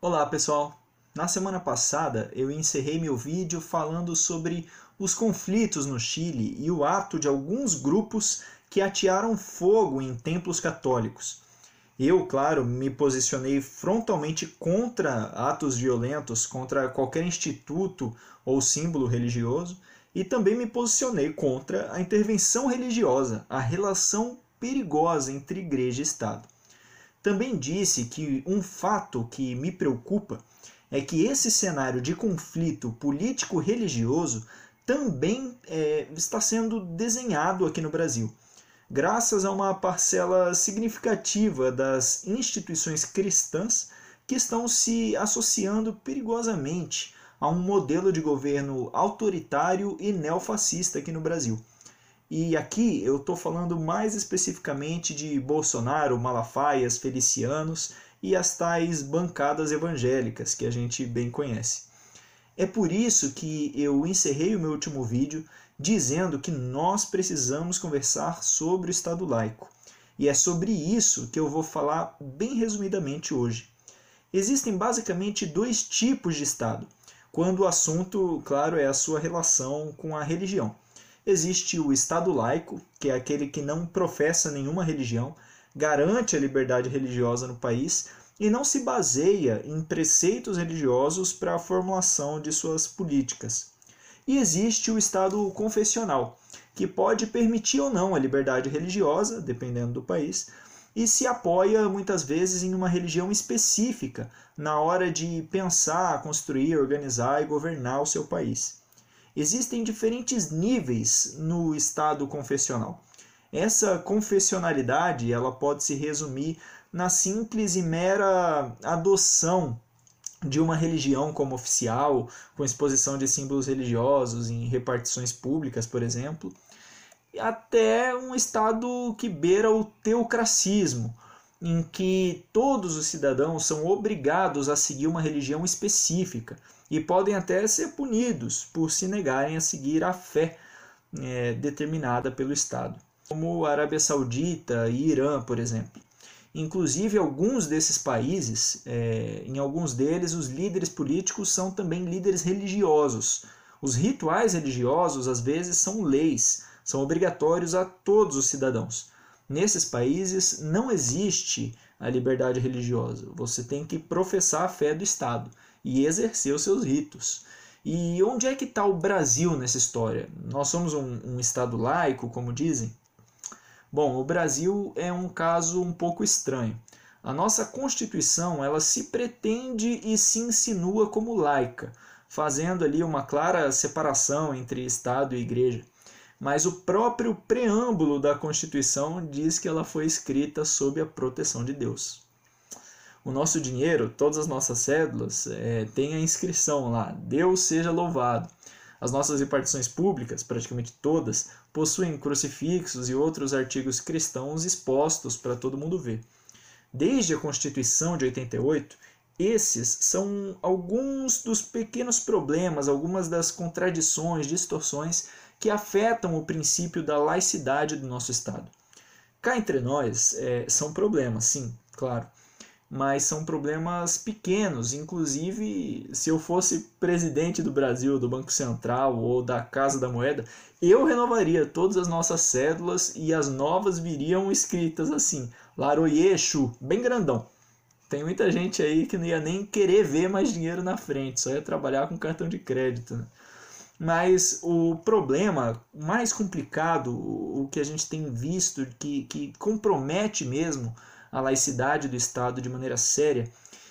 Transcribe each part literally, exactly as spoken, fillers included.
Olá pessoal! Na semana passada eu encerrei meu vídeo falando sobre os conflitos no Chile e o ato de alguns grupos que atearam fogo em templos católicos. Eu, claro, me posicionei frontalmente contra atos violentos, contra qualquer instituto ou símbolo religioso, e também me posicionei contra a intervenção religiosa, a relação perigosa entre igreja e Estado. Também disse que um fato que me preocupa é que esse cenário de conflito político-religioso também é, está sendo desenhado aqui no Brasil, graças a uma parcela significativa das instituições cristãs que estão se associando perigosamente a um modelo de governo autoritário e neofascista aqui no Brasil. E aqui eu estou falando mais especificamente de Bolsonaro, Malafaias, Felicianos e as tais bancadas evangélicas que a gente bem conhece. É por isso que eu encerrei o meu último vídeo dizendo que nós precisamos conversar sobre o Estado laico. E é sobre isso que eu vou falar bem resumidamente hoje. Existem basicamente dois tipos de Estado, quando o assunto, claro, é a sua relação com a religião. Existe o Estado laico, que é aquele que não professa nenhuma religião, garante a liberdade religiosa no país e não se baseia em preceitos religiosos para a formulação de suas políticas. E existe o Estado confessional, que pode permitir ou não a liberdade religiosa, dependendo do país, e se apoia muitas vezes em uma religião específica na hora de pensar, construir, organizar e governar o seu país. Existem diferentes níveis no Estado confessional. Essa confessionalidade ela pode se resumir na simples e mera adoção de uma religião como oficial, com exposição de símbolos religiosos em repartições públicas, por exemplo, até um Estado que beira o teocracismo, em que todos os cidadãos são obrigados a seguir uma religião específica e podem até ser punidos por se negarem a seguir a fé é, determinada pelo Estado, como a Arábia Saudita e Irã, por exemplo. Inclusive, alguns desses países, é, em alguns deles, os líderes políticos são também líderes religiosos. Os rituais religiosos, às vezes, são leis, são obrigatórios a todos os cidadãos. Nesses países não existe a liberdade religiosa. Você tem que professar a fé do Estado e exercer os seus ritos. E onde é que está o Brasil nessa história? Nós somos um, um Estado laico, como dizem? Bom, o Brasil é um caso um pouco estranho. A nossa Constituição ela se pretende e se insinua como laica, fazendo ali uma clara separação entre Estado e Igreja. Mas o próprio preâmbulo da Constituição diz que ela foi escrita sob a proteção de Deus. O nosso dinheiro, todas as nossas cédulas, é, tem a inscrição lá, Deus seja louvado. As nossas repartições públicas, praticamente todas, possuem crucifixos e outros artigos cristãos expostos para todo mundo ver. Desde a Constituição de oitenta e oito, esses são alguns dos pequenos problemas, algumas das contradições, distorções que afetam o princípio da laicidade do nosso Estado. Cá entre nós, é, são problemas, sim, claro, mas são problemas pequenos. Inclusive, se eu fosse presidente do Brasil, do Banco Central ou da Casa da Moeda, eu renovaria todas as nossas cédulas e as novas viriam escritas assim, Laroye Exu, bem grandão. Tem muita gente aí que não ia nem querer ver mais dinheiro na frente, só ia trabalhar com cartão de crédito, né? Mas o problema mais complicado, o que a gente tem visto, que, que compromete mesmo a laicidade do Estado de maneira séria,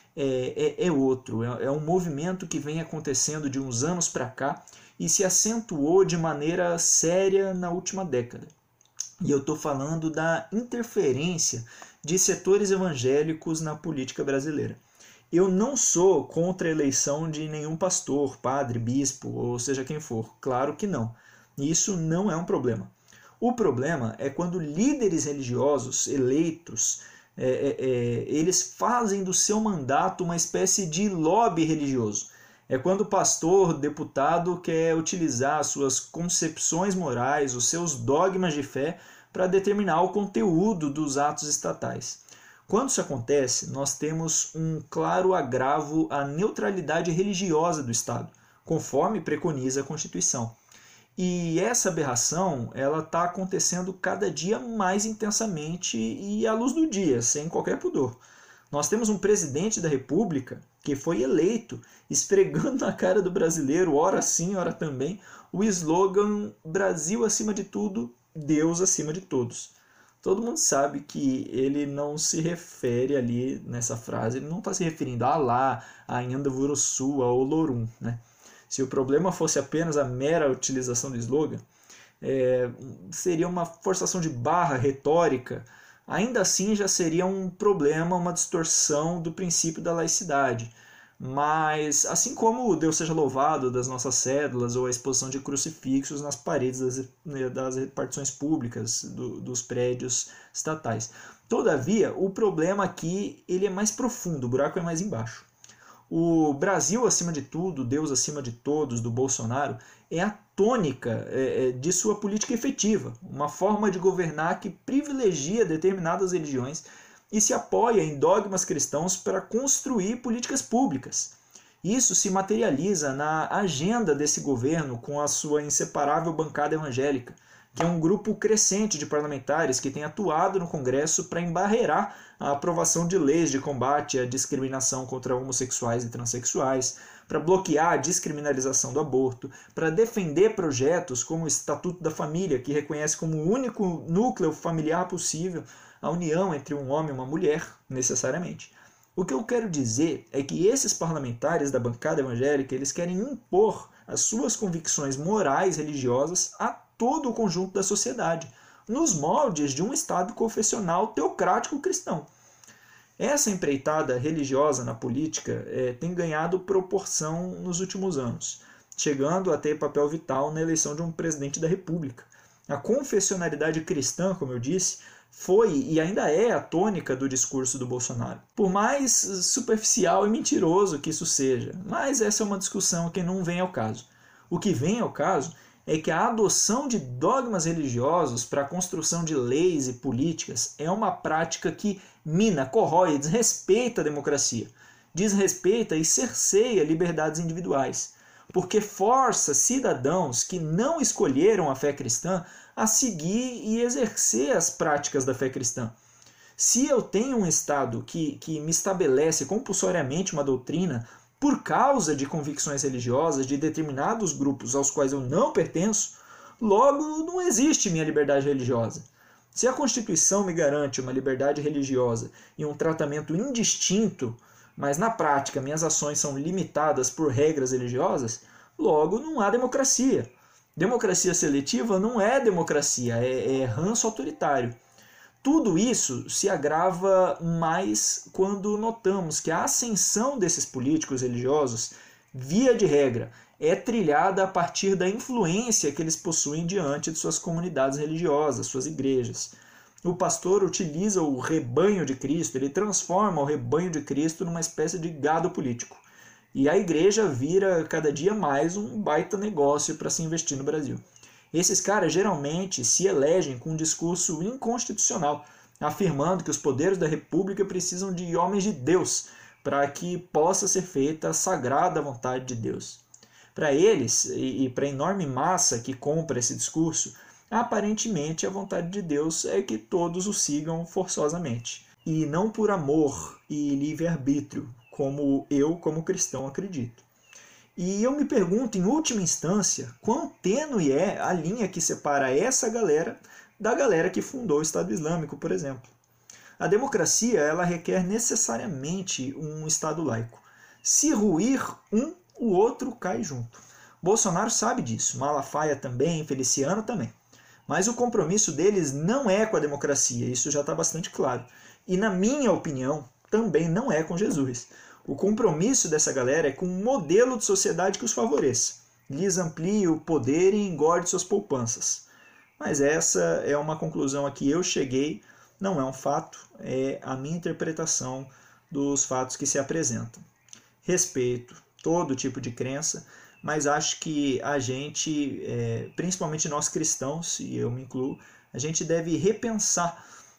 é, é, é outro. É, é um movimento que vem acontecendo de uns anos para cá e se acentuou de maneira séria na última década. E eu estou falando da interferência de setores evangélicos na política brasileira. Eu não sou contra a eleição de nenhum pastor, padre, bispo, ou seja quem for. Claro que não. Isso não é um problema. O problema é quando líderes religiosos eleitos, é, é, é, eles fazem do seu mandato uma espécie de lobby religioso. É quando o pastor, deputado, quer utilizar as suas concepções morais, os seus dogmas de fé, para determinar o conteúdo dos atos estatais. Quando isso acontece, nós temos um claro agravo à neutralidade religiosa do Estado, conforme preconiza a Constituição. E essa aberração ela está acontecendo cada dia mais intensamente e à luz do dia, sem qualquer pudor. Nós temos um presidente da República que foi eleito esfregando na cara do brasileiro, ora sim, ora também, o slogan Brasil acima de tudo, Deus acima de todos. Todo mundo sabe que ele não se refere ali nessa frase, ele não está se referindo a Alá, a Inhandavurosu, a Olorum, né? Se o problema fosse apenas a mera utilização do slogan, é, seria uma forçação de barra retórica, ainda assim já seria um problema, uma distorção do princípio da laicidade. Mas, assim como o Deus seja louvado das nossas cédulas ou a exposição de crucifixos nas paredes das, das repartições públicas do, dos prédios estatais. Todavia, o problema aqui ele é mais profundo, o buraco é mais embaixo. O Brasil acima de tudo, Deus acima de todos, do Bolsonaro, é a tônica é, de sua política efetiva, uma forma de governar que privilegia determinadas religiões e se apoia em dogmas cristãos para construir políticas públicas. Isso se materializa na agenda desse governo com a sua inseparável bancada evangélica, que é um grupo crescente de parlamentares que tem atuado no Congresso para embarrear a aprovação de leis de combate à discriminação contra homossexuais e transexuais, para bloquear a descriminalização do aborto, para defender projetos como o Estatuto da Família, que reconhece como o único núcleo familiar possível a união entre um homem e uma mulher, necessariamente. O que eu quero dizer é que esses parlamentares da bancada evangélica eles querem impor as suas convicções morais religiosas a todo o conjunto da sociedade, nos moldes de um Estado confessional teocrático cristão. Essa empreitada religiosa na política é, tem ganhado proporção nos últimos anos, chegando a ter papel vital na eleição de um presidente da República. A confessionalidade cristã, como eu disse, foi e ainda é a tônica do discurso do Bolsonaro. Por mais superficial e mentiroso que isso seja, mas essa é uma discussão que não vem ao caso. O que vem ao caso é que a adoção de dogmas religiosos para a construção de leis e políticas é uma prática que mina, corrói, desrespeita a democracia, desrespeita e cerceia liberdades individuais, porque força cidadãos que não escolheram a fé cristã a seguir e exercer as práticas da fé cristã. Se eu tenho um Estado que, que me estabelece compulsoriamente uma doutrina por causa de convicções religiosas de determinados grupos aos quais eu não pertenço, logo não existe minha liberdade religiosa. Se a Constituição me garante uma liberdade religiosa e um tratamento indistinto, mas na prática minhas ações são limitadas por regras religiosas, logo não há democracia. Democracia seletiva não é democracia, é, é ranço autoritário. Tudo isso se agrava mais quando notamos que a ascensão desses políticos religiosos, via de regra, é trilhada a partir da influência que eles possuem diante de suas comunidades religiosas, suas igrejas. O pastor utiliza o rebanho de Cristo, ele transforma o rebanho de Cristo numa espécie de gado político. E a igreja vira cada dia mais um baita negócio para se investir no Brasil. Esses caras geralmente se elegem com um discurso inconstitucional, afirmando que os poderes da República precisam de homens de Deus para que possa ser feita a sagrada vontade de Deus. Para eles, e para a enorme massa que compra esse discurso, aparentemente a vontade de Deus é que todos o sigam forçosamente, e não por amor e livre-arbítrio, como eu, como cristão, acredito. E eu me pergunto, em última instância, quão tênue é a linha que separa essa galera da galera que fundou o Estado Islâmico, por exemplo. A democracia ela requer necessariamente um Estado laico. Se ruir um, o outro cai junto. Bolsonaro sabe disso, Malafaia também, Feliciano também. Mas o compromisso deles não é com a democracia, isso já está bastante claro. E na minha opinião, também não é com Jesus. O compromisso dessa galera é com um modelo de sociedade que os favoreça, lhes amplie o poder e engorde suas poupanças. Mas essa é uma conclusão a que eu cheguei, não é um fato, é a minha interpretação dos fatos que se apresentam. Respeito todo tipo de crença, mas acho que a gente, é, principalmente nós cristãos, e eu me incluo, a gente deve repensar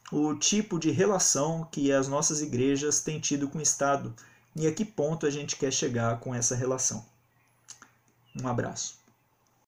o tipo de relação que as nossas igrejas têm tido com o Estado e a que ponto a gente quer chegar com essa relação. Um abraço.